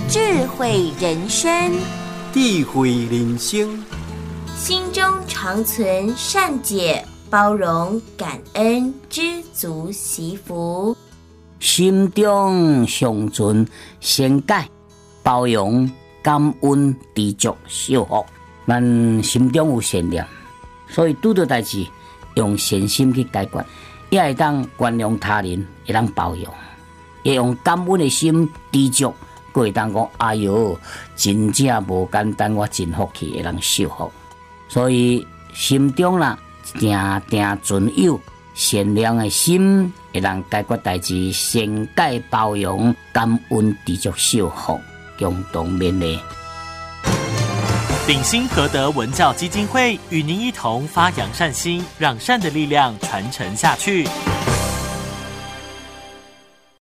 智慧人生， 智慧人生， 心中常存善解、包容、感恩、知足惜福， 心中常存善解、包容、感恩、知足惜福。咱心中有善念，所以拄到代志用善心去解决，也会当原谅他人，会当包容，会用感恩的心知足，佫会当讲哎哟，真正无简单，我真福气会当受福。所以心中啦，定定存有善良的心，会当解决代志，善解包容、感恩、知足受福，共同勉励。 鼎新和德文教基金会与您一同发扬善心，让善的力量传承下去。